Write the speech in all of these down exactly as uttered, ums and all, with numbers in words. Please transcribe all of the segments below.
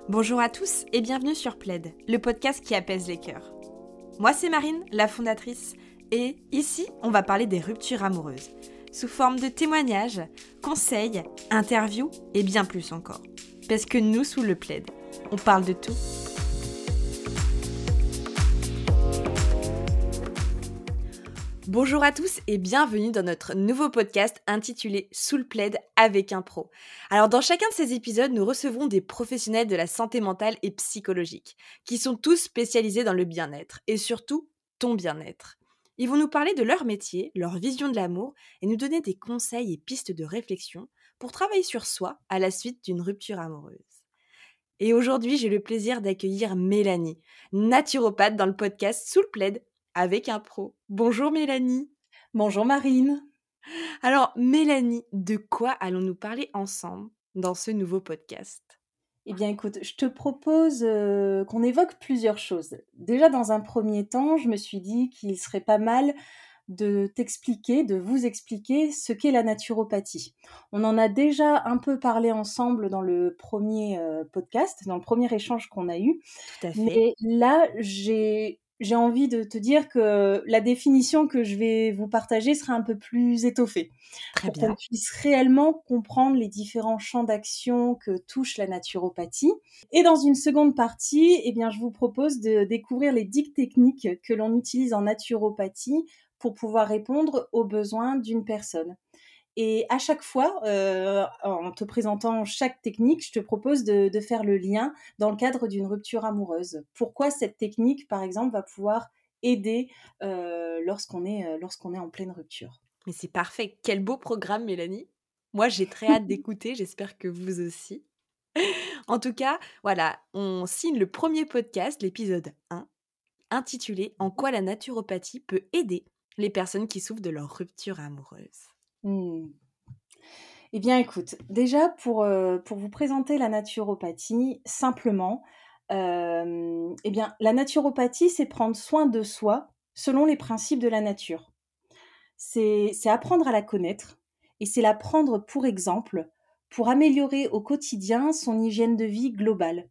Bonjour à tous et bienvenue sur Plaid, le podcast qui apaise les cœurs. Moi c'est Marine, la fondatrice, et ici on va parler des ruptures amoureuses, sous forme de témoignages, conseils, interviews et bien plus encore. Parce que nous sous le Plaid, on parle de tout. Bonjour à tous et bienvenue dans notre nouveau podcast intitulé Sous le plaid avec un pro. Alors dans chacun de ces épisodes, nous recevrons des professionnels de la santé mentale et psychologique, qui sont tous spécialisés dans le bien-être et surtout ton bien-être. Ils vont nous parler de leur métier, leur vision de l'amour et nous donner des conseils et pistes de réflexion pour travailler sur soi à la suite d'une rupture amoureuse. Et aujourd'hui, j'ai le plaisir d'accueillir Mélanie, naturopathe dans le podcast Sous le plaid avec un pro. Bonjour Mélanie. Bonjour Marine. Alors Mélanie, de quoi allons-nous parler ensemble dans ce nouveau podcast ? Eh bien écoute, je te propose euh, qu'on évoque plusieurs choses. Déjà dans un premier temps, je me suis dit qu'il serait pas mal de t'expliquer, de vous expliquer ce qu'est la naturopathie. On en a déjà un peu parlé ensemble dans le premier euh, podcast, dans le premier échange qu'on a eu. Tout à fait. Mais là, j'ai, j'ai envie de te dire que la définition que je vais vous partager sera un peu plus étoffée Très pour qu'on bien. puisse réellement comprendre les différents champs d'action que touche la naturopathie. Et dans une seconde partie, eh bien, je vous propose de découvrir les dix techniques que l'on utilise en naturopathie pour pouvoir répondre aux besoins d'une personne. Et à chaque fois, euh, en te présentant chaque technique, je te propose de, de faire le lien dans le cadre d'une rupture amoureuse. Pourquoi cette technique, par exemple, va pouvoir aider euh, lorsqu'on est, euh, lorsqu'on est en pleine rupture. Mais c'est parfait. Quel beau programme Mélanie. Moi j'ai très hâte d'écouter, j'espère que vous aussi. En tout cas, voilà, on signe le premier podcast, l'épisode un, intitulé En quoi la naturopathie peut aider les personnes qui souffrent de leur rupture amoureuse. Hmm. Eh bien, écoute, déjà pour, euh, pour vous présenter la naturopathie, simplement, euh, eh bien, la naturopathie, c'est prendre soin de soi selon les principes de la nature. C'est, c'est apprendre à la connaître et c'est la prendre pour exemple pour améliorer au quotidien son hygiène de vie globale.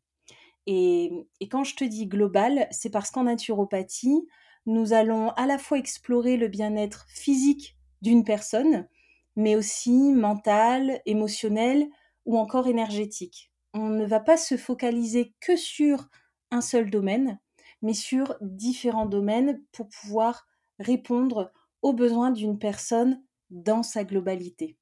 Et, et quand je te dis global, c'est parce qu'en naturopathie, nous allons à la fois explorer le bien-être physique d'une personne, mais aussi mental, émotionnel ou encore énergétique. On ne va pas se focaliser que sur un seul domaine, mais sur différents domaines pour pouvoir répondre aux besoins d'une personne dans sa globalité.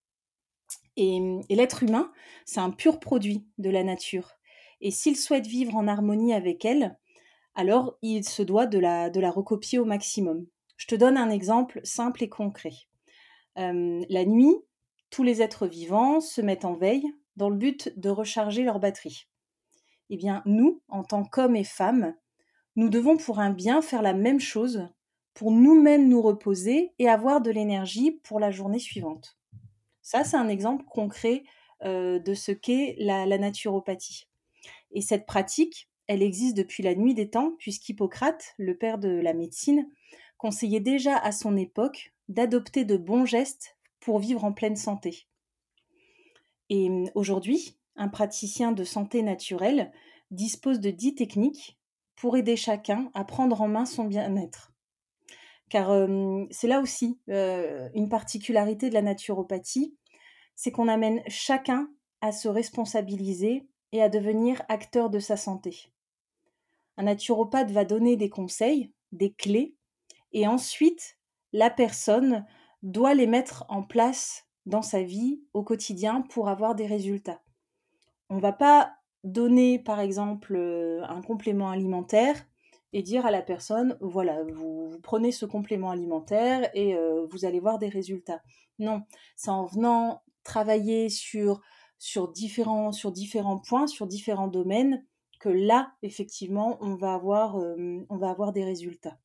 Et, et l'être humain, c'est un pur produit de la nature. Et s'il souhaite vivre en harmonie avec elle, alors il se doit de la, de la recopier au maximum. Je te donne un exemple simple et concret. Euh, la nuit, tous les êtres vivants se mettent en veille dans le but de recharger leur batterie. Eh bien, nous, en tant qu'hommes et femmes, nous devons pour un bien faire la même chose pour nous-mêmes nous reposer et avoir de l'énergie pour la journée suivante. Ça, c'est un exemple concret euh, de ce qu'est la, la naturopathie. Et cette pratique, elle existe depuis la nuit des temps, puisqu'Hippocrate, le père de la médecine, conseillait déjà à son époque d'adopter de bons gestes pour vivre en pleine santé. Et hum, aujourd'hui, un praticien de santé naturelle dispose de dix techniques pour aider chacun à prendre en main son bien-être. Car euh, c'est là aussi euh, une particularité de la naturopathie, c'est qu'on amène chacun à se responsabiliser et à devenir acteur de sa santé. Un naturopathe va donner des conseils, des clés, et ensuite, la personne doit les mettre en place dans sa vie au quotidien pour avoir des résultats. On ne va pas donner, par exemple, euh, un complément alimentaire et dire à la personne, voilà, vous, vous prenez ce complément alimentaire et euh, vous allez voir des résultats. Non, c'est en venant travailler sur, sur, différents, sur différents points, sur différents domaines, que là, effectivement, on va avoir, euh, on va avoir des résultats.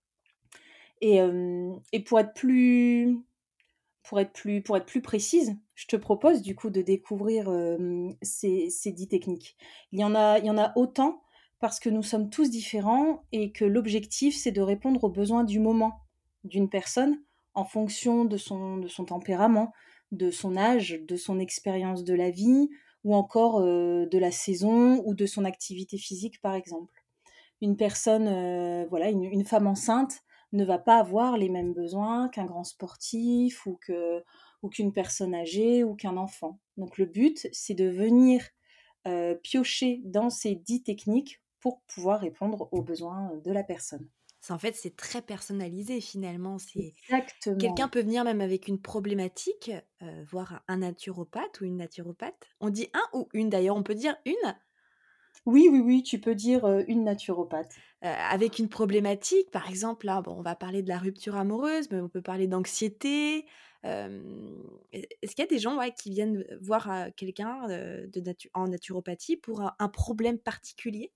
Et, euh, et pour être plus, pour être plus, pour être plus précise, je te propose du coup de découvrir euh, ces, ces dix techniques. Il y en a, il y en a autant parce que nous sommes tous différents et que l'objectif, c'est de répondre aux besoins du moment d'une personne en fonction de son, de son tempérament, de son âge, de son expérience de la vie ou encore euh, de la saison ou de son activité physique, par exemple. Une personne, euh, voilà, une, une femme enceinte ne va pas avoir les mêmes besoins qu'un grand sportif ou que ou qu'une personne âgée ou qu'un enfant. Donc le but, c'est de venir euh, piocher dans ces dix techniques pour pouvoir répondre aux besoins de la personne. C'est en fait, c'est très personnalisé finalement. C'est quelqu'un Exactement. peut venir même avec une problématique, heu, voir un un naturopathe ou une naturopathe. On dit un ou une d'ailleurs? On peut dire une? Oui, oui, oui, tu peux dire euh, une naturopathe. Heu, avec une problématique, par exemple, là, bon, on va parler de la rupture amoureuse, mais on peut parler d'anxiété. Hem, est est-ce qu'il y a des gens, ouais, qui viennent, voir, heu, quelqu'un, heu, de natu en naturopathie pour un un problème particulier?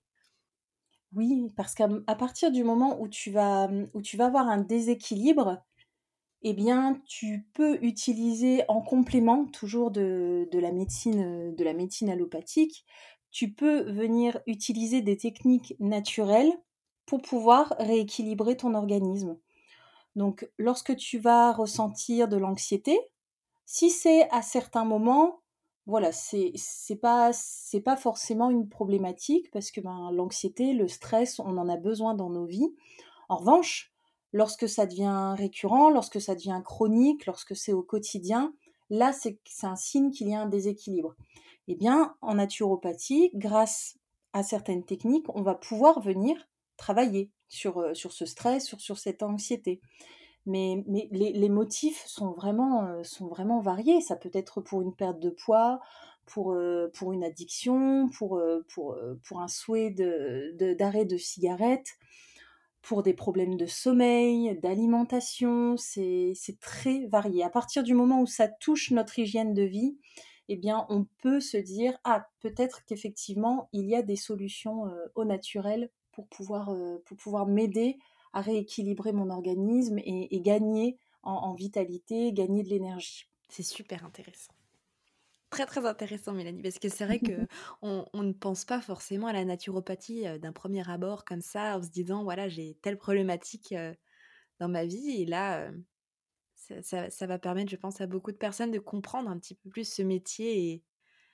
Oui, parce qu'à à partir du moment où tu vas, où tu vas avoir un déséquilibre, eh bien, tu peux utiliser en complément toujours de de la médecine, heu, de la médecine allopathique, tu peux venir utiliser des techniques naturelles pour pouvoir rééquilibrer ton organisme. Donc lorsque tu vas ressentir de l'anxiété, si c'est à certains moments, voilà, c'est c'est pas c'est pas forcément une problématique parce que, ben, l'anxiété, le stress, on en a besoin dans nos vies. En revanche, lorsque ça devient récurrent, lorsque ça devient chronique, lorsque c'est au quotidien, là, c'est c'est un signe qu'il y a un déséquilibre. Eh bien, en naturopathie, grâce à certaines techniques, on va pouvoir venir travailler sur, heu, sur ce stress, sur sur cette anxiété. Mais mais les les motifs sont vraiment, heu, sont vraiment variés. Ça peut être pour une perte de poids, pour, heu, pour une addiction, pour, heu, pour, heu, pour un souhait de de d'arrêt de cigarette, pour des problèmes de sommeil, d'alimentation, c'est c'est très varié. À partir du moment où ça touche notre hygiène de vie, eh bien, on peut se dire: «Ah, peut-être qu'effectivement, il y a des solutions, heu, au naturel pour pouvoir, heu, pour pouvoir m'aider à rééquilibrer mon organisme et et gagner en en vitalité, gagner de l'énergie». C'est super intéressant. Très, très intéressant Mélanie, parce que c'est vrai qu'on on on ne pense pas forcément à la naturopathie, heu, d'un premier abord comme ça, en se disant: «Voilà, j'ai telle problématique, heu, dans ma vie» et là, heu, ça ça ça va permettre, je pense, à beaucoup de personnes de comprendre un petit peu plus ce métier et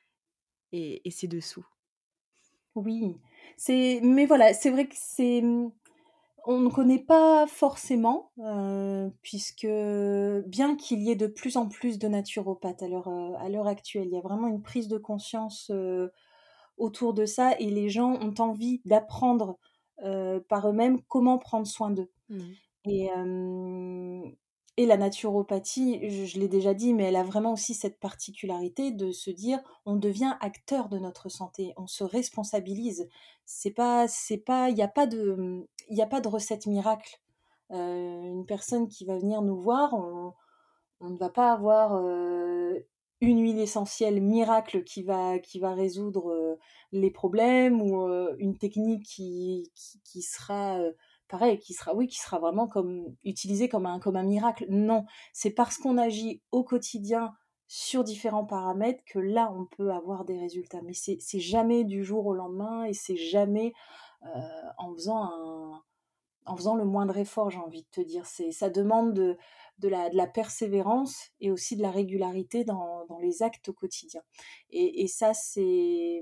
et et ses dessous. Oui, c'est mais voilà, c'est vrai que c'est, mmh, on ne connaît pas forcément, heu, puisque bien qu'il y ait de plus en plus de naturopathes à l'heure, heu, à l'heure actuelle, il y a vraiment une prise de conscience, heu, autour de ça et les gens ont envie d'apprendre, heu, par eux-mêmes comment prendre soin d'eux. Mmh. Et hem et la naturopathie, je je l'ai déjà dit, mais elle a vraiment aussi cette particularité de se dire: «On devient acteur de notre santé, on se responsabilise». C'est pas c'est pas il y a pas de, mmh, il y a pas de recette miracle. Heu, une personne qui va venir nous voir, on on ne va pas avoir, heu, une huile essentielle miracle qui va qui va résoudre, heu, les problèmes ou, heu, une technique qui qui qui sera, heu, pareil, qui sera oui, qui sera vraiment comme utilisée comme un comme un miracle. Non, c'est parce qu'on agit au quotidien sur différents paramètres que là, on peut avoir des résultats. Mais c'est c'est jamais du jour au lendemain et c'est jamais, heu, en faisant un en faisant le moindre effort, j'ai envie de te dire. C'est, ça demande de, de, la, de la persévérance et aussi de la régularité dans, dans les actes au quotidien. Et, et ça, c'est,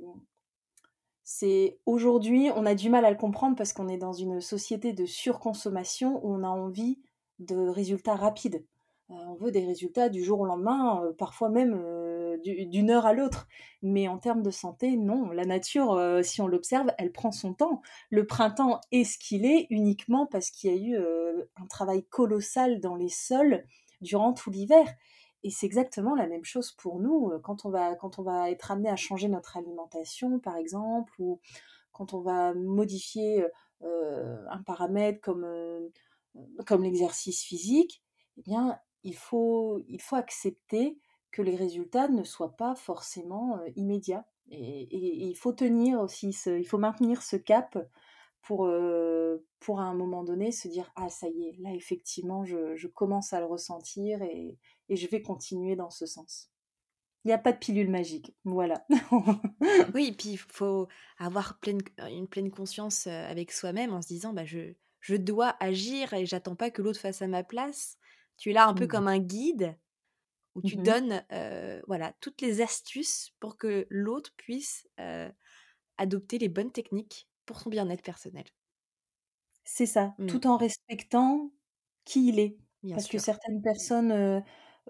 c'est aujourd'hui, on a du mal à le comprendre parce qu'on est dans une société de surconsommation où on a envie de résultats rapides. Euh, on veut des résultats du jour au lendemain, euh, parfois même euh, du- d'une heure à l'autre. Mais en termes de santé, non. La nature, euh, si on l'observe, elle prend son temps. Le printemps est ce qu'il est uniquement parce qu'il y a eu euh, un travail colossal dans les sols durant tout l'hiver. Et c'est exactement la même chose pour nous, heu, quand on va quand on va être amené à changer notre alimentation, par exemple, ou quand on va modifier, heu un paramètre comme, heu, comme l'exercice physique, eh bien, il faut il faut accepter que les résultats ne soient pas forcément, heu, immédiats et et et il faut tenir aussi ce il faut maintenir ce cap pour, heu, pour à un moment donné se dire: «Ah ça y est, là effectivement je je commence à le ressentir et et je vais continuer dans ce sens». Il y a pas de pilule magique, voilà. Oui, puis il faut avoir pleine une pleine conscience, heu, avec soi-même en se disant: «Bah, je je dois agir et j'attends pas que l'autre fasse à ma place». Tu es là un peu Oui, comme un guide où tu Mmh. donnes, heu, voilà, toutes les astuces pour que l'autre puisse, heu, adopter les bonnes techniques pour son bien-être personnel. C'est ça, Mmh, tout en respectant qui il est. bien Parce que sûr. certaines personnes, heu,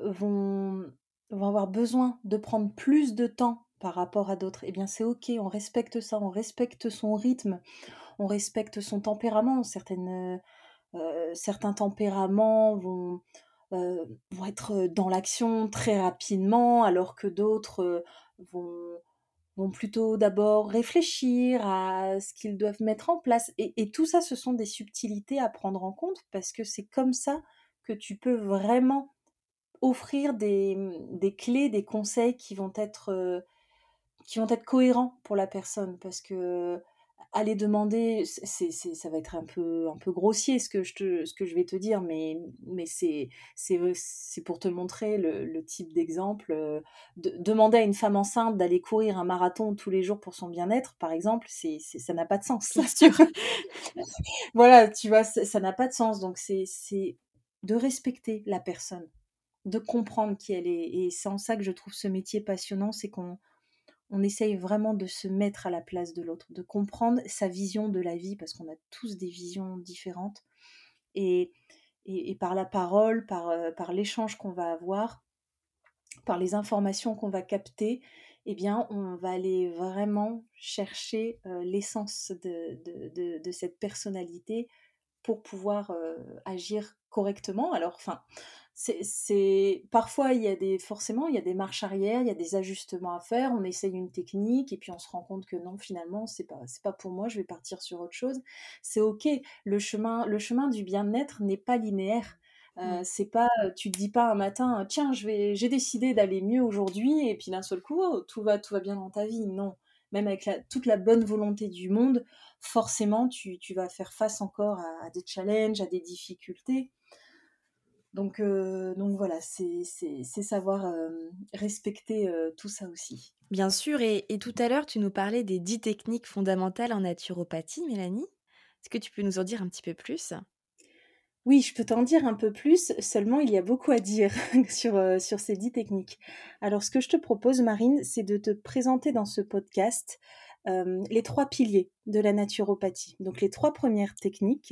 vont vont avoir besoin de prendre plus de temps par rapport à d'autres. Eh bien, c'est OK, on respecte ça, on respecte son rythme, on respecte son tempérament. Certaines, heu heu, certains tempéraments vont, heu, vont être, dans l'action très rapidement, alors que d'autres, heu, vont vont plutôt d'abord réfléchir à ce qu'ils doivent mettre en place. Et, et tout ça, ce sont des subtilités à prendre en compte parce que c'est comme ça que tu peux vraiment offrir des, des clés, des conseils qui vont être, euh, qui vont être cohérents pour la personne. Parce que aller demander, c'est, c'est, ça va être un peu, un peu grossier ce que je, te, ce que je vais te dire, mais, mais c'est, c'est, c'est pour te montrer le, le type d'exemple. Euh, de, demander à une femme enceinte d'aller courir un marathon tous les jours pour son bien-être, par exemple, c'est, c'est, ça n'a pas de sens. Bien sûr. Voilà, tu vois, ça ça n'a pas de sens. Donc c'est, c'est de respecter la personne, de comprendre qui elle est. Et c'est en ça que je trouve ce métier passionnant, c'est qu'on on essaye vraiment de se mettre à la place de l'autre, de comprendre sa vision de la vie, parce qu'on a tous des visions différentes. Et, et, et par la parole, par, euh, par l'échange qu'on va avoir, par les informations qu'on va capter, eh bien, on va aller vraiment chercher euh, l'essence de, de, de, de cette personnalité pour pouvoir euh, agir correctement. Alors, enfin, c'est, c'est parfois il y a des forcément il y a des marches arrière, il y a des ajustements à faire. On essaye une technique et puis on se rend compte que non, finalement, c'est pas c'est pas pour moi. Je vais partir sur autre chose. C'est ok. Le chemin le chemin du bien-être n'est pas linéaire. Euh, Mmh. c'est pas, tu te dis pas un matin, tiens, je vais, j'ai décidé d'aller mieux aujourd'hui, et puis d'un seul coup, oh, tout va, tout va bien dans ta vie. Non, même avec la- toute la bonne volonté du monde, forcément, tu, tu vas faire face encore à, à des challenges, à des difficultés. Donc, euh, donc voilà, c'est, c'est, c'est savoir euh, respecter euh, tout ça aussi. Bien sûr, et et tout à l'heure, tu nous parlais des dix techniques fondamentales en naturopathie, Mélanie. Est-ce que tu peux nous en dire un petit peu plus? Oui, je peux t'en dire un peu plus, seulement il y a beaucoup à dire sur, euh, sur ces dix techniques. Alors, ce que je te propose, Marine, c'est de te présenter dans ce podcast euh, les trois piliers de la naturopathie. Donc, les trois premières techniques,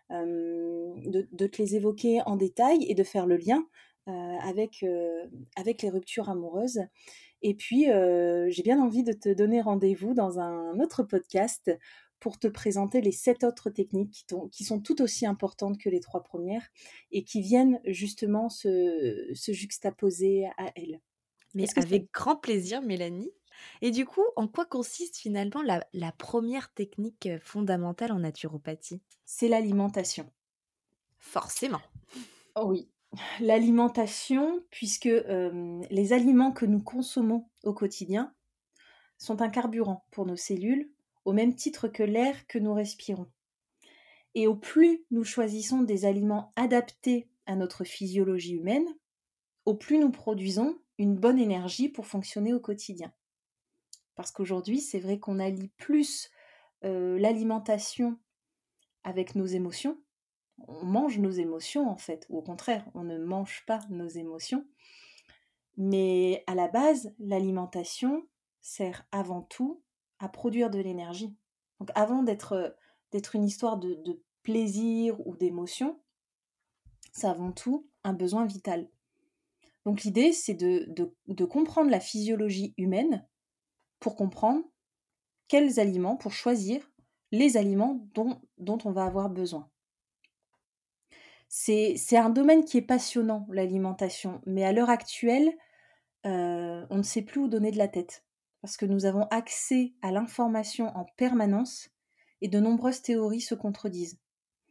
euh, de, de te les évoquer en détail et de faire le lien euh, avec, euh, avec les ruptures amoureuses. Et puis, euh, j'ai bien envie de te donner rendez-vous dans un autre podcast pour te présenter les sept autres techniques qui, t'ont- qui sont tout aussi importantes que les trois premières et qui viennent justement se, se juxtaposer à elles. Mais Est-ce que ça... avec grand plaisir, Mélanie. Et du coup, en quoi consiste finalement la la première technique, heu, fondamentale en naturopathie? C'est l'alimentation. Forcément. Oh oui, l'alimentation, puisque euh, les aliments que nous consommons au quotidien sont un carburant pour nos cellules, au même titre que l'air que nous respirons. Et au plus nous choisissons des aliments adaptés à notre physiologie humaine, au plus nous produisons une bonne énergie pour fonctionner au quotidien. Parce qu'aujourd'hui, c'est vrai qu'on allie plus euh, l'alimentation avec nos émotions. On mange nos émotions en fait, ou au contraire, on ne mange pas nos émotions. Mais à la base, l'alimentation sert avant tout à produire de l'énergie. Donc avant d'être d'être une histoire de, de plaisir ou d'émotion, c'est avant tout un besoin vital. Donc l'idée, c'est de, de, de comprendre la physiologie humaine pour comprendre quels aliments, pour choisir les aliments dont, dont on va avoir besoin. C'est, c'est un domaine qui est passionnant, l'alimentation, mais à l'heure actuelle, euh, on ne sait plus où donner de la tête, parce que nous avons accès à l'information en permanence et de nombreuses théories se contredisent.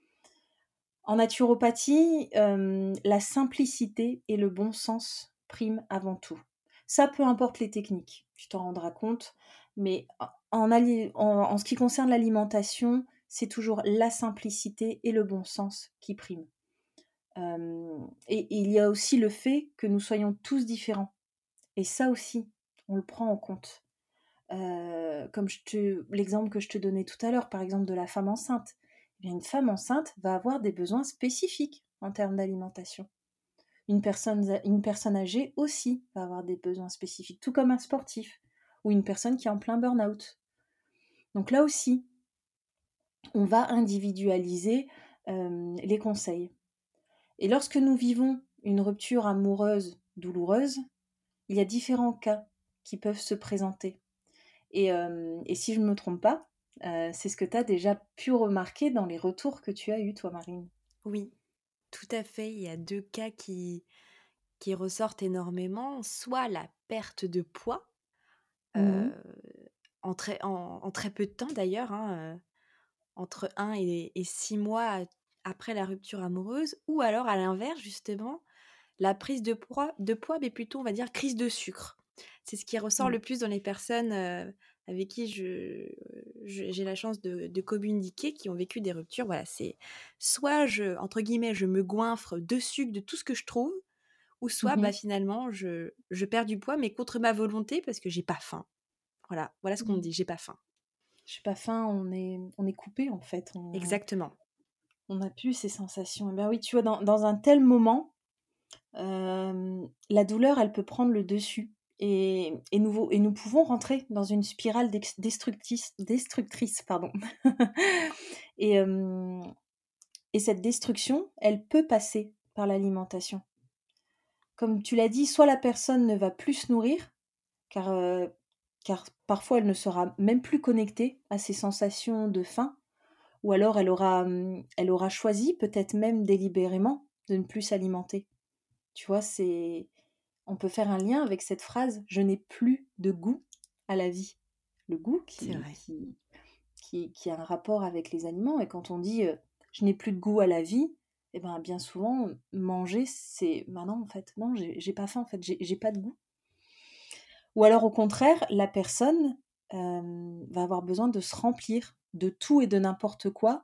En naturopathie, euh, la simplicité et le bon sens priment avant tout. Ça, peu importe les techniques, tu t'en rendras compte, mais en, en, en ce qui concerne l'alimentation, c'est toujours la simplicité et le bon sens qui priment. Euh, et, et il y a aussi le fait que nous soyons tous différents. Et ça aussi, on le prend en compte. Euh, comme je te, l'exemple que je te donnais tout à l'heure, par exemple de la femme enceinte. Eh bien, une femme enceinte va avoir des besoins spécifiques en termes d'alimentation. Une personne, une personne âgée aussi va avoir des besoins spécifiques, tout comme un sportif ou une personne qui est en plein burn-out. Donc là aussi, on va individualiser euh, les conseils. Et lorsque nous vivons une rupture amoureuse douloureuse, il y a différents cas qui peuvent se présenter. Et, euh, et si je ne me trompe pas, euh, c'est ce que tu as déjà pu remarquer dans les retours que tu as eus, toi, Marine. Oui, tout à fait. Il y a deux cas qui, qui ressortent énormément. Soit la perte de poids, Mmh. euh, en, très, en, en très peu de temps d'ailleurs, hein, euh, entre un et, et six mois après la rupture amoureuse, ou alors à l'inverse, justement, la prise de poids, de poids, mais plutôt, on va dire, crise de sucre. C'est ce qui ressort Mmh. le plus dans les personnes euh, avec qui je, je- j'ai la chance de, de communiquer, qui ont vécu des ruptures. Voilà, c'est soit je, entre guillemets, je me goinfre de sucre de tout ce que je trouve, ou soit, bah, Mmh. finalement, je, je perds du poids, mais contre ma volonté, parce que j'ai pas faim. Voilà, voilà ce qu'on me Mmh. dit, j'ai pas faim. J'ai pas faim, on est, on est coupé en fait. On a, Exactement. on a plus ces sensations. Et ben oui, tu vois, dans, dans un tel moment, euh, la douleur, elle peut prendre le dessus. Et, et, nous, et nous pouvons rentrer dans une spirale dex- destructrice, destructrice pardon. et, euh, et cette destruction, elle peut passer par l'alimentation. Comme tu l'as dit, soit la personne ne va plus se nourrir, car, euh, car parfois elle ne sera même plus connectée à ses sensations de faim, ou alors elle aura, hum, elle aura choisi, peut-être même délibérément, de ne plus s'alimenter. Tu vois, c'est, on peut faire un lien avec cette phrase: je n'ai plus de goût à la vie. Le goût C'est qui, vrai. qui, qui, qui a un rapport avec les aliments. Et quand on dit euh, je n'ai plus de goût à la vie, eh ben, bien souvent, manger, c'est bah non, en fait, non, j'ai j'ai pas faim, en fait, j'ai j'ai pas de goût. Ou alors, au contraire, la personne euh, va avoir besoin de se remplir de tout et de n'importe quoi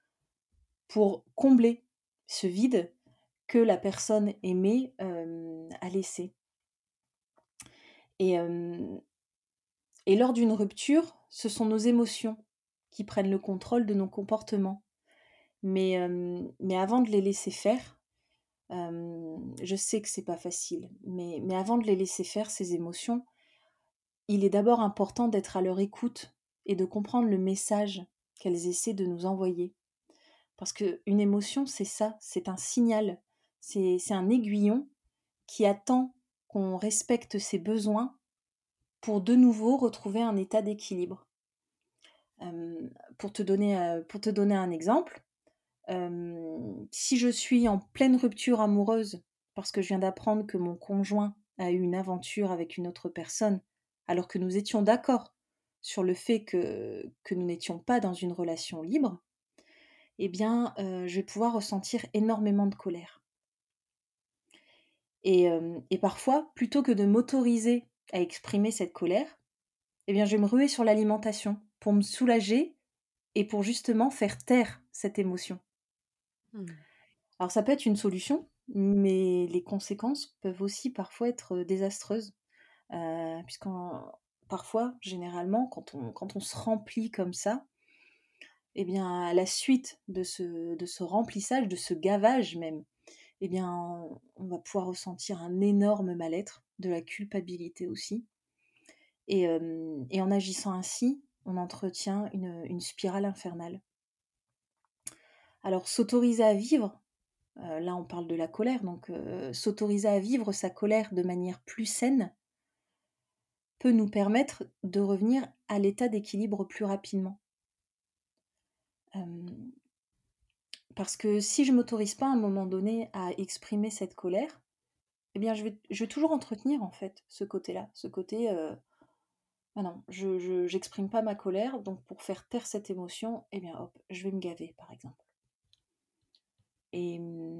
pour combler ce vide que la personne aimée euh, a laissé. Et, euh, et lors d'une rupture, ce sont nos émotions qui prennent le contrôle de nos comportements. Mais, euh, mais avant de les laisser faire, euh, je sais que c'est pas facile, mais, mais avant de les laisser faire, ces émotions, il est d'abord important d'être à leur écoute et de comprendre le message qu'elles essaient de nous envoyer. Parce qu'une émotion, c'est ça, c'est un signal, c'est, c'est un aiguillon qui attend qu'on respecte ses besoins pour de nouveau retrouver un état d'équilibre. Euh, pour, te donner, euh, pour te donner un exemple, euh, si je suis en pleine rupture amoureuse parce que je viens d'apprendre que mon conjoint a eu une aventure avec une autre personne, alors que nous étions d'accord sur le fait que, que nous n'étions pas dans une relation libre, eh bien, euh, je vais pouvoir ressentir énormément de colère. Et, euh, et parfois, plutôt que de m'autoriser à exprimer cette colère, eh bien, je vais me ruer sur l'alimentation pour me soulager et pour justement faire taire cette émotion. Hmm. Alors ça peut être une solution, mais les conséquences peuvent aussi parfois être désastreuses. Euh, puisqu'en parfois, généralement, quand on, quand on se remplit comme ça, eh bien, à la suite de ce, de ce remplissage, de ce gavage même, eh bien, on, on va pouvoir ressentir un énorme mal-être, de la culpabilité aussi. Et, euh, et en agissant ainsi, on entretient une, une spirale infernale. Alors, s'autoriser à vivre, euh, là on parle de la colère, donc euh, s'autoriser à vivre sa colère de manière plus saine peut nous permettre de revenir à l'état d'équilibre plus rapidement. Euh, parce que si je ne m'autorise pas à un moment donné à exprimer cette colère, eh bien je vais, je vais toujours entretenir en fait ce côté-là, ce côté euh, ah non, je, je j'exprime pas ma colère, donc pour faire taire cette émotion, eh bien hop, je vais me gaver par exemple. Et,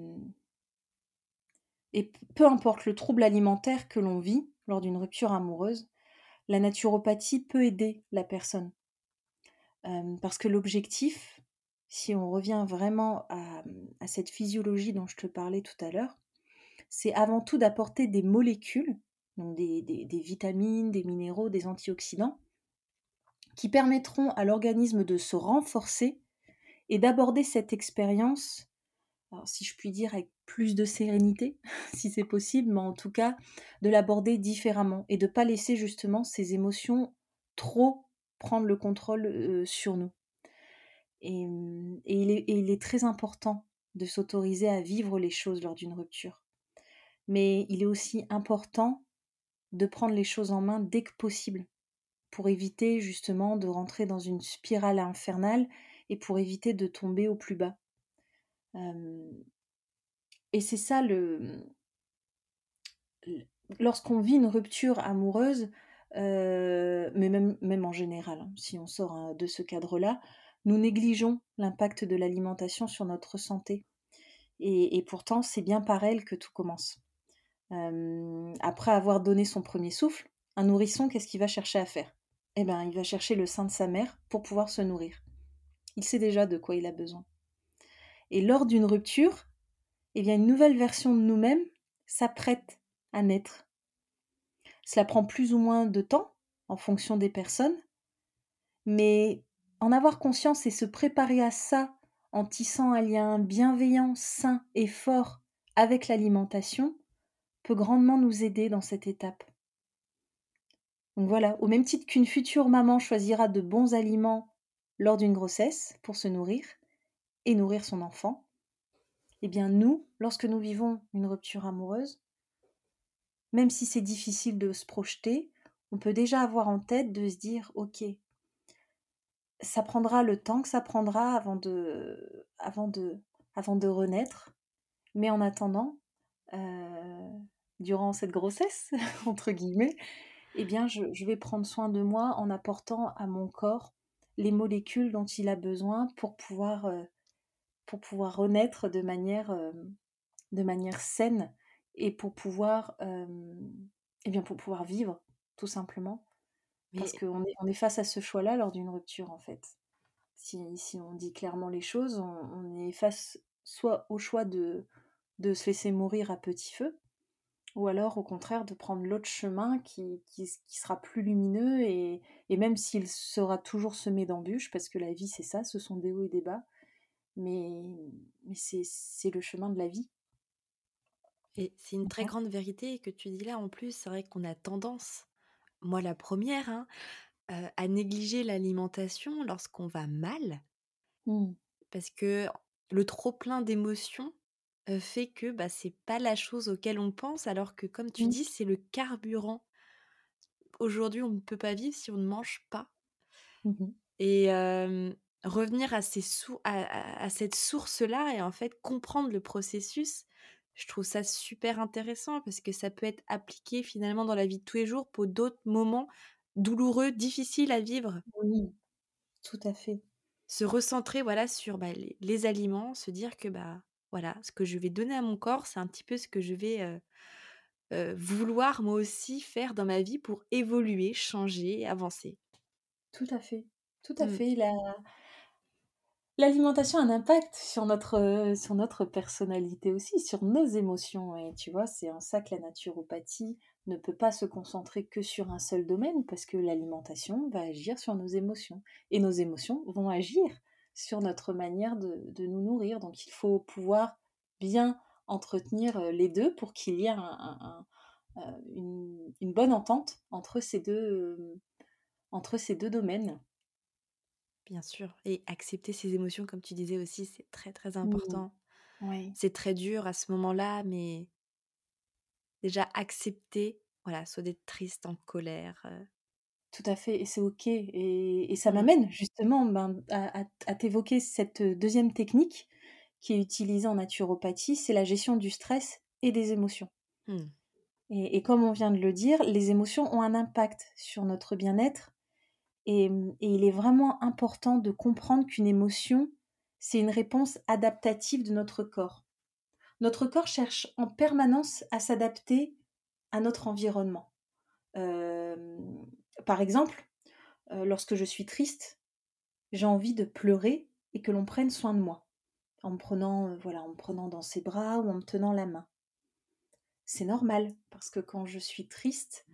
et peu importe le trouble alimentaire que l'on vit lors d'une rupture amoureuse, la naturopathie peut aider la personne. Euh, parce que l'objectif, si on revient vraiment à, à cette physiologie dont je te parlais tout à l'heure, c'est avant tout d'apporter des molécules, donc des, des, des vitamines, des minéraux, des antioxydants, qui permettront à l'organisme de se renforcer et d'aborder cette expérience, alors si je puis dire, avec plus de sérénité, si c'est possible, mais en tout cas, de l'aborder différemment et de ne pas laisser justement ces émotions trop prendre le contrôle euh, sur nous. Et, mmh, et il est, et il est très important de s'autoriser à vivre les choses lors d'une rupture. Mais il est aussi important de prendre les choses en main dès que possible, pour éviter justement de rentrer dans une spirale infernale et pour éviter de tomber au plus bas. Euh, et c'est ça le, lorsqu'on vit une rupture amoureuse, euh, mais même, même en général, hein, si on sort hein, de ce cadre-là, nous négligeons l'impact de l'alimentation sur notre santé. Et, et pourtant, c'est bien par elle que tout commence. Euh, après avoir donné son premier souffle, un nourrisson, qu'est-ce qu'il va chercher à faire? Eh bien, il va chercher le sein de sa mère pour pouvoir se nourrir. Il sait déjà de quoi il a besoin. Et lors d'une rupture, eh bien, une nouvelle version de nous-mêmes s'apprête à naître. Cela prend plus ou moins de temps en fonction des personnes, mais en avoir conscience et se préparer à ça en tissant un lien bienveillant, sain et fort avec l'alimentation peut grandement nous aider dans cette étape. Donc voilà, au même titre qu'une future maman choisira de bons aliments lors d'une grossesse pour se nourrir et nourrir son enfant, eh bien nous, lorsque nous vivons une rupture amoureuse, même si c'est difficile de se projeter, on peut déjà avoir en tête de se dire « Ok, ça prendra le temps que ça prendra avant de, avant de, avant de renaître, mais en attendant, euh, durant cette grossesse, entre guillemets, eh bien, je, je vais prendre soin de moi en apportant à mon corps les molécules dont il a besoin pour pouvoir, euh, pour pouvoir renaître de manière, euh, de manière saine et pour pouvoir, euh, eh bien, pour pouvoir vivre, tout simplement. Parce Mais qu'on est, on est face à ce choix-là lors d'une rupture, en fait. Si, si on dit clairement les choses, on, on est face soit au choix de, de se laisser mourir à petit feu, ou alors au contraire de prendre l'autre chemin qui, qui, qui sera plus lumineux et, et même s'il sera toujours semé d'embûches, parce que la vie c'est ça, ce sont des hauts et des bas, mais, mais c'est, c'est le chemin de la vie. et c'est une très Mhm. grande vérité que tu dis là en plus. C'est vrai qu'on a tendance, moi la première, hein, euh, à négliger l'alimentation lorsqu'on va mal, Mm. parce que le trop plein d'émotions euh, fait que bah, c'est pas la chose auquel on pense, alors que comme tu Mm. dis, c'est le carburant. Aujourd'hui, on ne peut pas vivre si on ne mange pas. Mhm. Et euh, revenir à, ces sou- à, à- à cette source-là et en fait comprendre le processus, je trouve ça super intéressant parce que ça peut être appliqué finalement dans la vie de tous les jours pour d'autres moments douloureux, difficiles à vivre. Oui, tout à fait. Se recentrer voilà sur bah, les, les aliments, se dire que bah voilà, ce que je vais donner à mon corps, c'est un petit peu ce que je vais euh, euh, vouloir moi aussi faire dans ma vie pour évoluer, changer, avancer. Tout à fait. Tout à Mm, fait. La, L'alimentation a un impact sur notre, euh, sur notre personnalité aussi, sur nos émotions. Et tu vois, c'est en ça que la naturopathie ne peut pas se concentrer que sur un seul domaine, parce que l'alimentation va agir sur nos émotions. Et nos émotions vont agir sur notre manière de, de nous nourrir. Donc il faut pouvoir bien entretenir euh, les deux pour qu'il y ait un- un- un- euh, une, une bonne entente entre ces deux, euh, entre ces deux domaines. bien sûr. Et accepter ses émotions, comme tu disais aussi, c'est très très Mm. important. Ouais. C'est très dur à ce moment-là, mais déjà accepter, voilà, soit d'être triste, en colère. euh, Tout à fait, et c'est OK. Et, et ça mm, m'amène justement ben, à, à- à t'évoquer cette deuxième technique qui est utilisée en naturopathie, c'est la gestion du stress et des émotions. mm. Et, et comme on vient de le dire, les émotions ont un impact sur notre bien-être et, et il est vraiment important de comprendre qu'une émotion, c'est une réponse adaptative de notre corps. Notre corps cherche en permanence à s'adapter à notre environnement. Euh, Par exemple, euh, lorsque je suis triste, j'ai envie de pleurer et que l'on prenne soin de moi, en me prenant, euh, voilà, en me prenant dans ses bras ou en me tenant la main. C'est normal, parce que quand je suis triste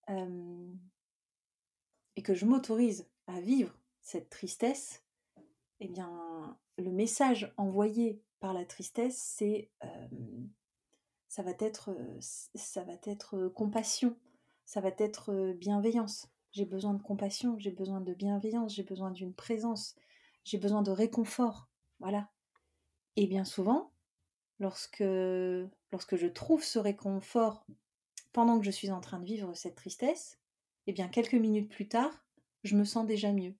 euh, et que je m'autorise à vivre cette tristesse, eh bien, le message envoyé par la tristesse, c'est, hem, ça va être, heu, ç ça va être, heu, compassion, ça va être, heu, bienveillance. J'ai besoin de compassion, j'ai besoin de bienveillance, j'ai besoin d'une présence, j'ai besoin de réconfort, voilà. Et bien souvent, lorsque lorsque je trouve ce réconfort pendant que je suis en train de vivre cette tristesse, eh bien quelques minutes plus tard, je me sens déjà mieux.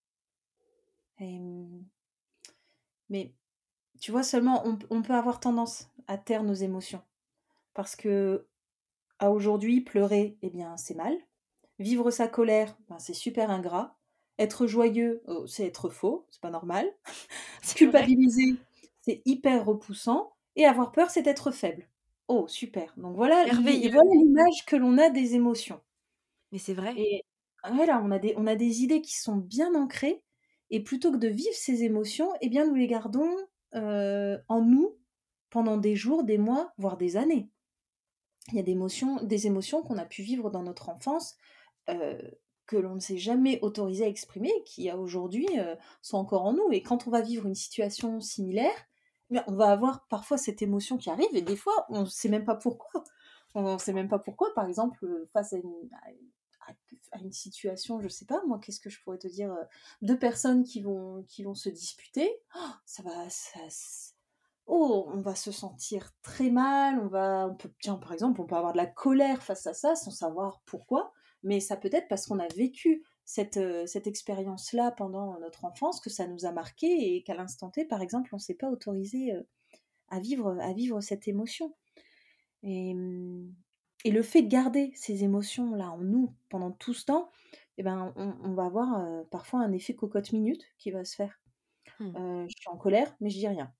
Et mmh, mais tu vois, seulement on p on peut avoir tendance à taire nos émotions parce que à aujourd'hui, pleurer, eh bien, c'est mal. Vivre sa colère, ben, c'est super ingrat. Être joyeux, oh, c'est être faux, c'est pas normal. C'est vrai. Culpabiliser, c'est hyper repoussant et avoir peur, c'est être faible. Oh super, donc voilà l'i Merveilleux, voilà l'image que l'on a des émotions mais c'est vrai. et voilà, on a des on a des idées qui sont bien ancrées et plutôt que de vivre ces émotions, eh bien, nous les gardons, heu, en nous pendant des jours, des mois, voire des années. Il y a des émotions des émotions qu'on a pu vivre dans notre enfance, heu, que l'on ne s'est jamais autorisé à exprimer, qui, à aujourd'hui, heu, sont encore en nous et quand on va vivre une situation similaire, eh bien, on va avoir parfois cette émotion qui arrive et des fois, on ne sait même pas pourquoi. On ne sait même pas pourquoi, par exemple, heu, face à une à une à à une situation, je sais pas moi, qu'est-ce que je pourrais te dire? Heu, deux personnes qui vont qui vont se disputer, ça va ça s oh, on va se sentir très mal, on va on peut tiens, par exemple, on peut avoir de la colère face à ça sans savoir pourquoi, mais ça peut être parce qu'on a vécu cette, heu, cette expérience-là pendant notre enfance, que ça nous a marqué et qu'à l'instant T, par exemple, on s'est pas autorisé, heu, à vivre, à vivre cette émotion et mmh et le fait de garder ces émotions-là en nous pendant tout ce temps, et ben, on on va avoir, heu, parfois un effet cocotte minute qui va se faire. Mmh. Heu, je suis en colère, mais je dis rien.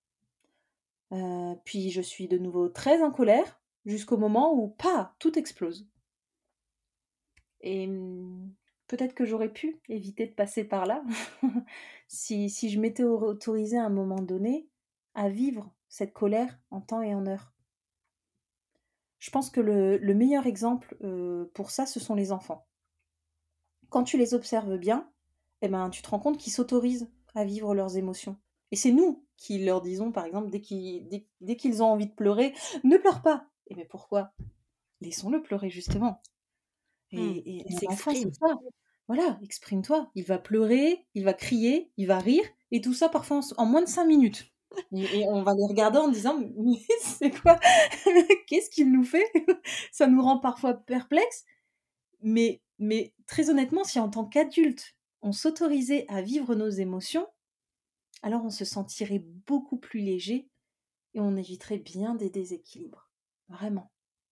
Heu, puis je suis de nouveau très en colère, jusqu'au moment où, pa! Tout explose et mmh, peut-être que j'aurais pu éviter de passer par là, si si je m'étais au autorisée à un moment donné à vivre cette colère en temps et en heure. Je pense que le le meilleur exemple, heu, pour ça, ce sont les enfants. Quand tu les observes bien, eh ben, tu te rends compte qu'ils s'autorisent à vivre leurs émotions et c'est nous qui leur disons, par exemple, dès qu'ils dès dès qu'ils ont envie de pleurer: «Ne pleure pas!» et mais pourquoi? Laissons-le pleurer justement Mmh. et et Il un enfant, c'est s'exprime. ça. Voilà, exprime-toi. Il va pleurer, il va crier, il va rire et tout ça parfois en s en moins de cinq minutes et et on va les regarder en disant: «Mais c'est quoi? Qu'est-ce qu'il nous fait?» Ça nous rend parfois perplexes, mais mais très honnêtement, si en tant qu'adulte, on s'autorisait à vivre nos émotions, alors on se sentirait beaucoup plus léger et on éviterait bien des déséquilibres. Vraiment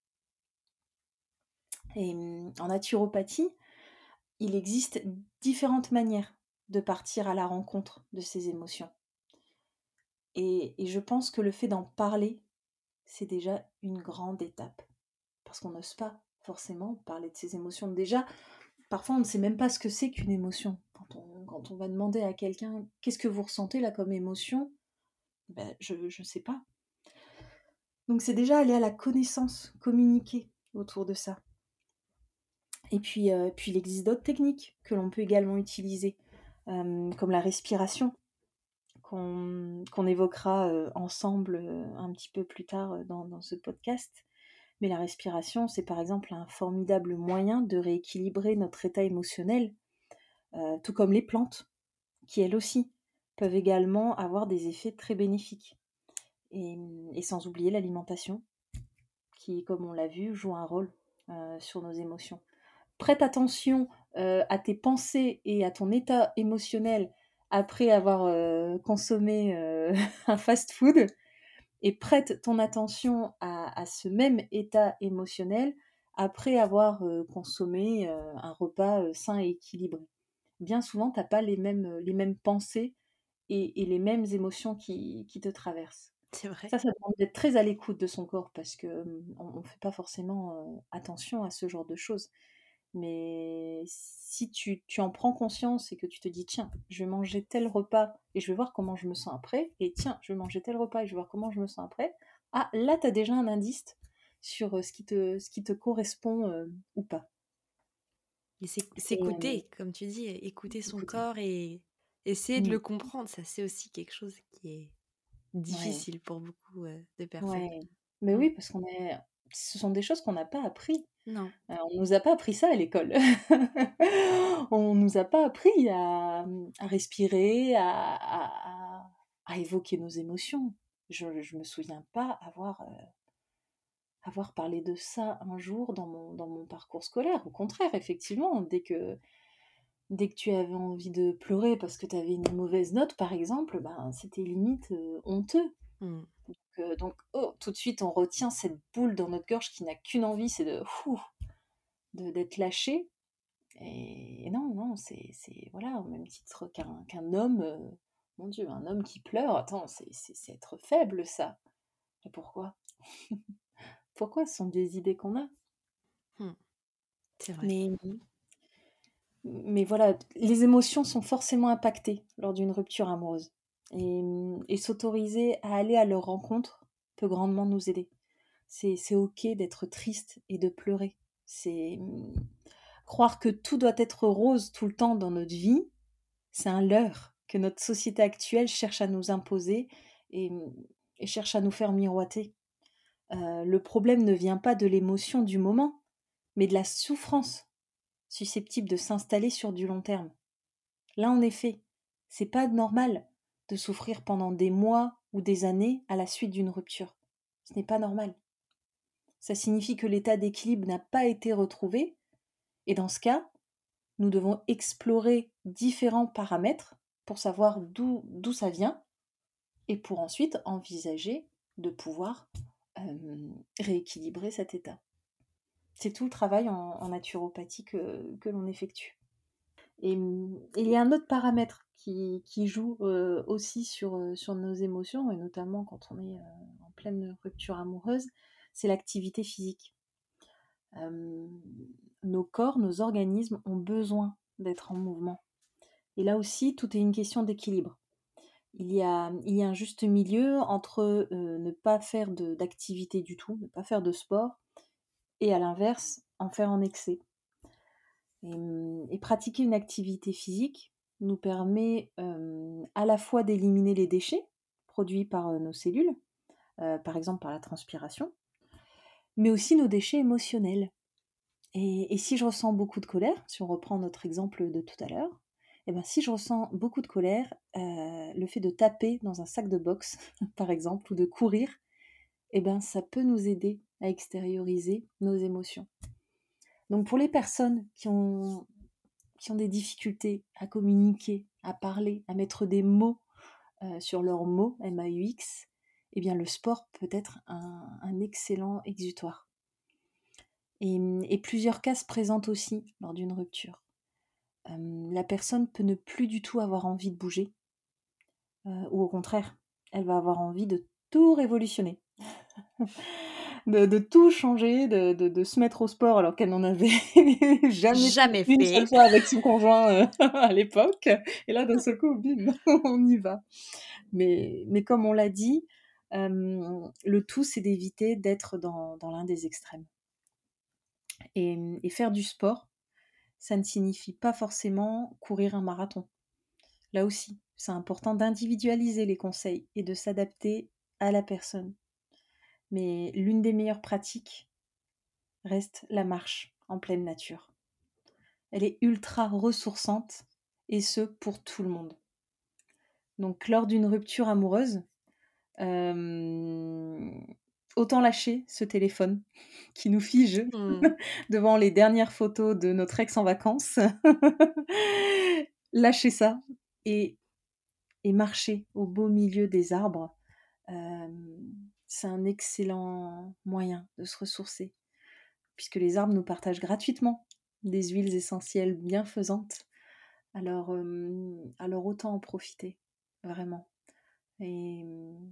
et mmh, en naturopathie, il existe différentes manières de partir à la rencontre de ces émotions. Et, et je pense que le fait d'en parler, c'est déjà une grande étape. Parce qu'on n'ose pas forcément parler de ses émotions. Déjà, parfois on ne sait même pas ce que c'est qu'une émotion. Quand on, quand on va demander à quelqu'un qu'est-ce que vous ressentez là comme émotion, ben, je ne sais pas. Donc c'est déjà aller à la connaissance, communiquer autour de ça. Et puis, euh, puis il existe d'autres techniques que l'on peut également utiliser, euh, comme la respiration. qu'on qu'on évoquera euh, ensemble euh, un petit peu plus tard euh, dans, dans ce podcast. Mais la respiration, c'est par exemple un formidable moyen de rééquilibrer notre état émotionnel, euh, tout comme les plantes, qui elles aussi peuvent également avoir des effets très bénéfiques. Et, et sans oublier l'alimentation, qui, comme on l'a vu, joue un rôle euh, sur nos émotions. Prête attention euh, à tes pensées et à ton état émotionnel après avoir euh, consommé euh, un fast-food et prête ton attention à, à ce même état émotionnel après avoir euh, consommé euh, un repas euh, sain et équilibré. Bien souvent, tu n'as pas les mêmes, les mêmes pensées et, et les mêmes émotions qui, qui te traversent. C'est vrai. Ça, ça demande d'être très à l'écoute de son corps parce qu'on ne fait pas forcément euh, attention à ce genre de choses. Mais si tu, tu en prends conscience et que tu te dis, tiens, je vais manger tel repas et je vais voir comment je me sens après, et tiens, je vais manger tel repas et je vais voir comment je me sens après, ah, là, tu as déjà un indice sur euh, ce qui te, ce qui te correspond euh, ou pas. Et s'éc Et euh, s'écouter, comme tu dis, écouter son écoutez, corps et essayer de Mmh. le comprendre, ça c'est aussi quelque chose qui est Ouais, difficile pour beaucoup, heu, de personnes. ouais. Mais Mmh. oui, parce qu'on est ce sont des choses qu'on n'a pas appris. Non. Heu, on nous a pas appris ça à l'école. On nous a pas appris à, mmh, à respirer, à à à à évoquer nos émotions. Je je me souviens pas avoir, heu, avoir parlé de ça un jour dans mon dans mon parcours scolaire. Au contraire, effectivement, dès que dès que tu avais envie de pleurer parce que tu avais une mauvaise note, par exemple, ben, c'était limite, heu, honteux. Mmh. Donc heu, donc oh, tout de suite, on retient cette boule dans notre gorge qui n'a qu'une envie, c'est de fou, de d'être lâché. Et non, non, c'est c'est voilà, au même titre qu'un qu'un homme, heu, mon Dieu, un homme qui pleure, attends, c'est c'est c'est être faible ça. Et pourquoi? Pourquoi? Ce sont des idées qu'on a. Mmh. C'est vrai. Mais mais voilà, les émotions sont forcément impactées lors d'une rupture amoureuse et mmh et s'autoriser à aller à leur rencontre peut grandement nous aider. C'est c'est OK d'être triste et de pleurer. C'est, mmh, croire que tout doit être rose tout le temps dans notre vie, c'est un leurre que notre société actuelle cherche à nous imposer et mmh et cherche à nous faire miroiter. Heu, le problème ne vient pas de l'émotion du moment, mais de la souffrance susceptible de s'installer sur du long terme. Là, en effet, c'est pas normal de souffrir pendant des mois ou des années à la suite d'une rupture. Ce n'est pas normal. Ça signifie que l'état d'équilibre n'a pas été retrouvé et dans ce cas, nous devons explorer différents paramètres pour savoir d'où d'où ça vient et pour ensuite envisager de pouvoir, hem, rééquilibrer cet état. C'est tout le travail en en naturopathie que que l'on effectue et mmh, il y a un autre paramètre qui qui joue, heu, aussi sur, heu, sur nos émotions et notamment quand on est, heu, en pleine rupture amoureuse, c'est l'activité physique. Hem, nos corps, nos organismes ont besoin d'être en mouvement et là aussi, tout est une question d'équilibre. Il y a il y a un juste milieu entre, heu, ne pas faire de d'activité du tout, ne pas faire de sport et à l'inverse, en faire en excès. Et mmh et pratiquer une activité physique nous permet, hem, à la fois d'éliminer les déchets produits par, heu, nos cellules, heu, par exemple par la transpiration, mais aussi nos déchets émotionnels. Et et si je ressens beaucoup de colère, si on reprend notre exemple de tout à l'heure, et ben, si je ressens beaucoup de colère, heu, le fait de taper dans un sac de boxe, par exemple, ou de courir, et ben, ça peut nous aider à extérioriser nos émotions. Donc pour les personnes qui ont qui ont des difficultés à communiquer, à parler, à mettre des mots, heu, sur leurs mots, M A U X, eh bien le sport peut être un un excellent exutoire. Et mmh et plusieurs cas se présentent aussi lors d'une rupture. Hem, la personne peut ne plus du tout avoir envie de bouger, heu, ou au contraire, elle va avoir envie de tout révolutionner, de de tout changer, de de de se mettre au sport alors qu'elle n'en avait jamais fait Jamais une fait. seule fois avec son conjoint, heu, à l'époque et là d'un seul coup, bim, on y va. Mais mais comme on l'a dit, hem, le tout c'est d'éviter d'être dans dans l'un des extrêmes et mmh et faire du sport, ça ne signifie pas forcément courir un marathon. Là aussi, c'est important d'individualiser les conseils et de s'adapter à la personne. Mais l'une des meilleures pratiques reste la marche en pleine nature. Elle est ultra ressourçante et ce pour tout le monde. Donc lors d'une rupture amoureuse, hem, autant lâcher ce téléphone qui nous fige Mmh. devant les dernières photos de notre ex en vacances. Lâcher ça et et marcher au beau milieu des arbres. Hem, c'est un excellent moyen de se ressourcer, puisque les arbres nous partagent gratuitement des huiles essentielles bienfaisantes. Alors, hem, alors autant en profiter, vraiment. Et mmh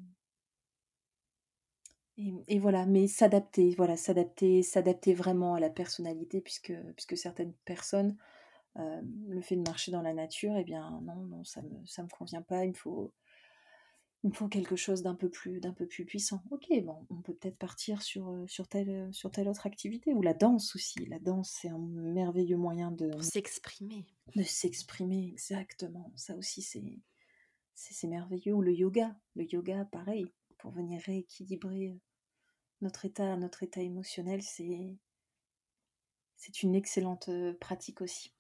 et et voilà, mais s'adapter, voilà, s'adapter s'adapter vraiment à la personnalité puisque puisque certaines personnes, hem, le fait de marcher dans la nature et bien non, non, ça me ça me convient pas. Il me faut Il me faut quelque chose d'un peu plus d'un peu plus puissant. OK, bon, on peut peut-être partir sur, heu, sur telle, heu, sur telle autre activité ou la danse aussi. La danse, c'est un merveilleux moyen de Pour s'exprimer. de s'exprimer, exactement. Ça aussi, c'est c'est c'est merveilleux. Ou le yoga. Le yoga, pareil, pour venir rééquilibrer, heu, notre état notre état émotionnel, c'est c'est une excellente, heu, pratique aussi.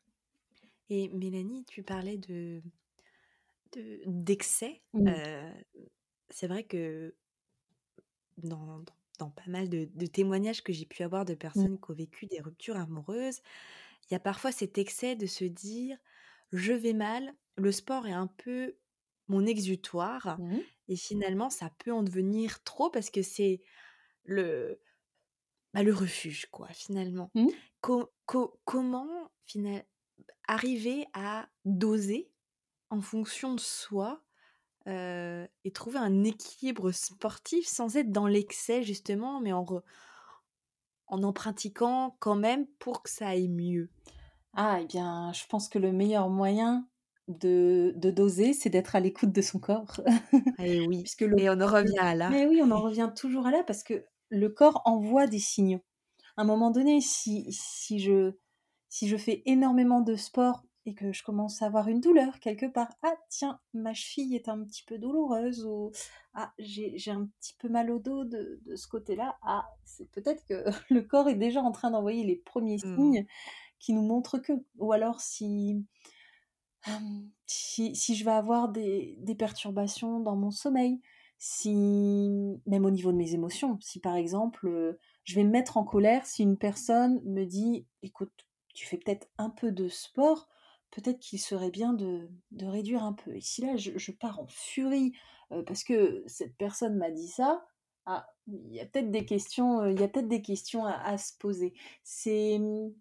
Et Mélanie, tu parlais de de d'excès. Mmh. Heu, c'est vrai que dans dans dans pas mal de de témoignages que j'ai pu avoir de Mmh. personnes qui ont vécu des ruptures amoureuses, il y a parfois cet excès de se dire: «Je vais mal, le sport est un peu mon exutoire» Mmh. et finalement ça peut en devenir trop parce que c'est le, bah, le refuge quoi, finalement. Mmh. Co co comment fina arriver à doser en fonction de soi, heu et trouver un équilibre sportif sans être dans l'excès justement, mais en re en en pratiquant quand même pour que ça aille mieux? Ah et bien, je pense que le meilleur moyen de de doser, c'est d'être à l'écoute de son corps. Et oui, Puisque le et on en revient à là. mais oui, on en revient toujours à là parce que le corps envoie des signaux. À un moment donné, si si je si je fais énormément de sport et que je commence à avoir une douleur quelque part, ah tiens, ma cheville est un petit peu douloureuse ou ah j'ai j'ai un petit peu mal au dos de, de ce côté-là, ah c'est peut-être que le corps est déjà en train d'envoyer les premiers Mmh. signes qui nous montrent que. Ou alors si Hem, si si je vais avoir des des perturbations dans mon sommeil, si même au niveau de mes émotions, si par exemple, heu, je vais me mettre en colère si une personne me dit: «Écoute, tu fais peut-être un peu de sport, peut-être qu'il serait bien de de réduire un peu» et si là je je pars en furie, heu, parce que cette personne m'a dit ça, ah, il y a peut-être des questions, heu, il y a peut-être des questions à à se poser. C'est, mmh,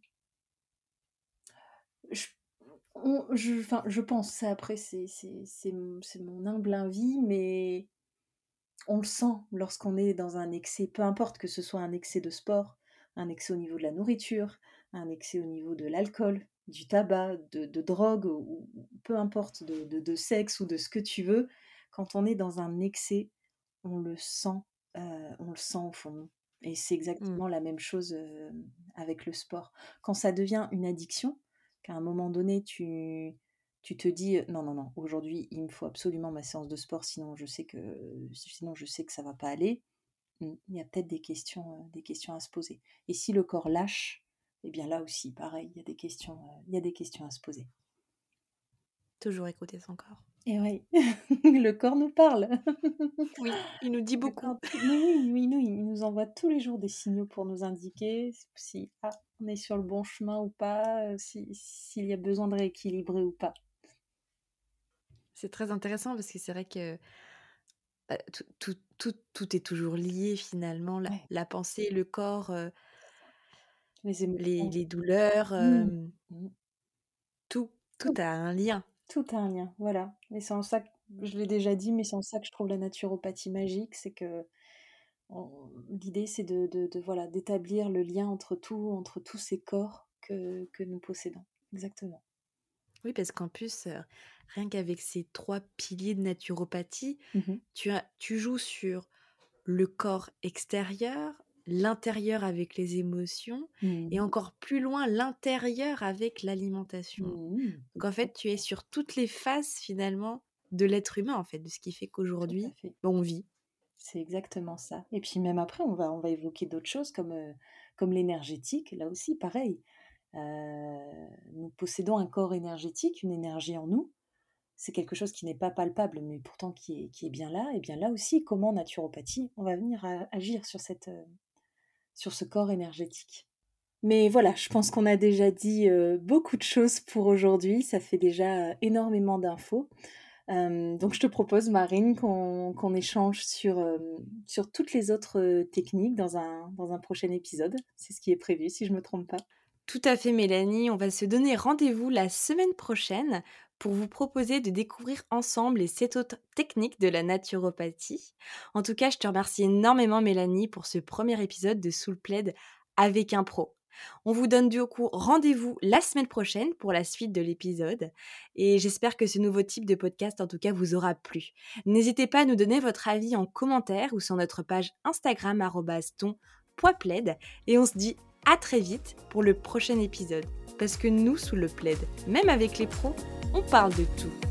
je on je enfin, je pense, ça après c'est c'est c'est m c'est mon humble avis, mais on le sent lorsqu'on est dans un excès, peu importe que ce soit un excès de sport, un excès au niveau de la nourriture, un excès au niveau de l'alcool, du tabac, de de drogue ou ou peu importe, de de de sexe ou de ce que tu veux. Quand on est dans un excès, on le sent, heu, on le sent au fond de nous et c'est Mmh. exactement la même chose, hem, avec le sport. Quand ça devient une addiction, qu'à un moment donné tu tu te dis, heu: «Non, non, non, aujourd'hui, il me faut absolument ma séance de sport, sinon je sais que sinon je sais que ça va pas aller». Mmh, il y a peut-être des questions, heu, des questions à se poser et si le corps lâche, et bien là aussi pareil, il y a des questions, heu, il y a des questions à se poser. Toujours écouter son corps. Et oui, le corps nous parle. Oui, il nous dit Le beaucoup. corps mais oui, oui, nous, il nous envoie tous les jours des signaux pour nous indiquer si, ah, on est sur le bon chemin ou pas, heu, si s'il y a besoin de rééquilibrer ou pas. C'est très intéressant parce que c'est vrai que, bah, tout tout tout tout est toujours lié finalement, la Ouais, la pensée, le corps, heu, les les émotions. les douleurs, Mmh. hem, Mmh. tout tout Tout, a un lien. tout a un lien, voilà et c'est en ça que je l'ai déjà dit, mais c'est en ça que je trouve la naturopathie magique, c'est que on l'idée c'est de de de voilà, d'établir le lien entre tout entre tous ces corps que que nous possédons. Exactement. Oui, parce qu'en plus, heu, rien qu'avec ces trois piliers de naturopathie, Mmh mh. tu as tu joues sur le corps extérieur, l'intérieur avec les émotions et Mmh. encore plus loin, l'intérieur avec l'alimentation. Mmh. Donc en fait, tu es Exactement, sur toutes les phases finalement de l'être humain, en fait, de ce qui fait tout à qu'aujourd'hui, fait. bah, on vit. C'est exactement ça et puis même après on va on va évoquer d'autres choses comme, heu, comme l'énergétique, là aussi pareil. Heu, nous possédons un corps énergétique, une énergie en nous. C'est quelque chose qui n'est pas palpable, mais pourtant qui est qui est bien là et bien là aussi, comment en naturopathie, on va venir a agir sur cette, heu, sur ce corps énergétique. Mais voilà, je pense qu'on a déjà dit, heu, beaucoup de choses pour aujourd'hui. Ça fait déjà, heu, énormément d'infos. Hem, donc je te propose Marine qu'on qu'on échange sur, hem, sur toutes les autres, heu, techniques dans un dans un prochain épisode. C'est ce qui est prévu si je me trompe pas. Tout à fait, Mélanie. On va se donner rendez-vous la semaine prochaine pour vous proposer de découvrir ensemble les sept autres techniques de la naturopathie. En tout cas, je te remercie énormément, Mélanie, pour ce premier épisode de Soul Plaid avec un pro. On vous donne du coup rendez-vous la semaine prochaine pour la suite de l'épisode et j'espère que ce nouveau type de podcast en tout cas vous aura plu. N'hésitez pas à nous donner votre avis en commentaire ou sur notre page Instagram arobase ton point plaid et on se dit à très vite pour le prochain épisode parce que nous sous le plaid, même avec les pros, on parle de tout.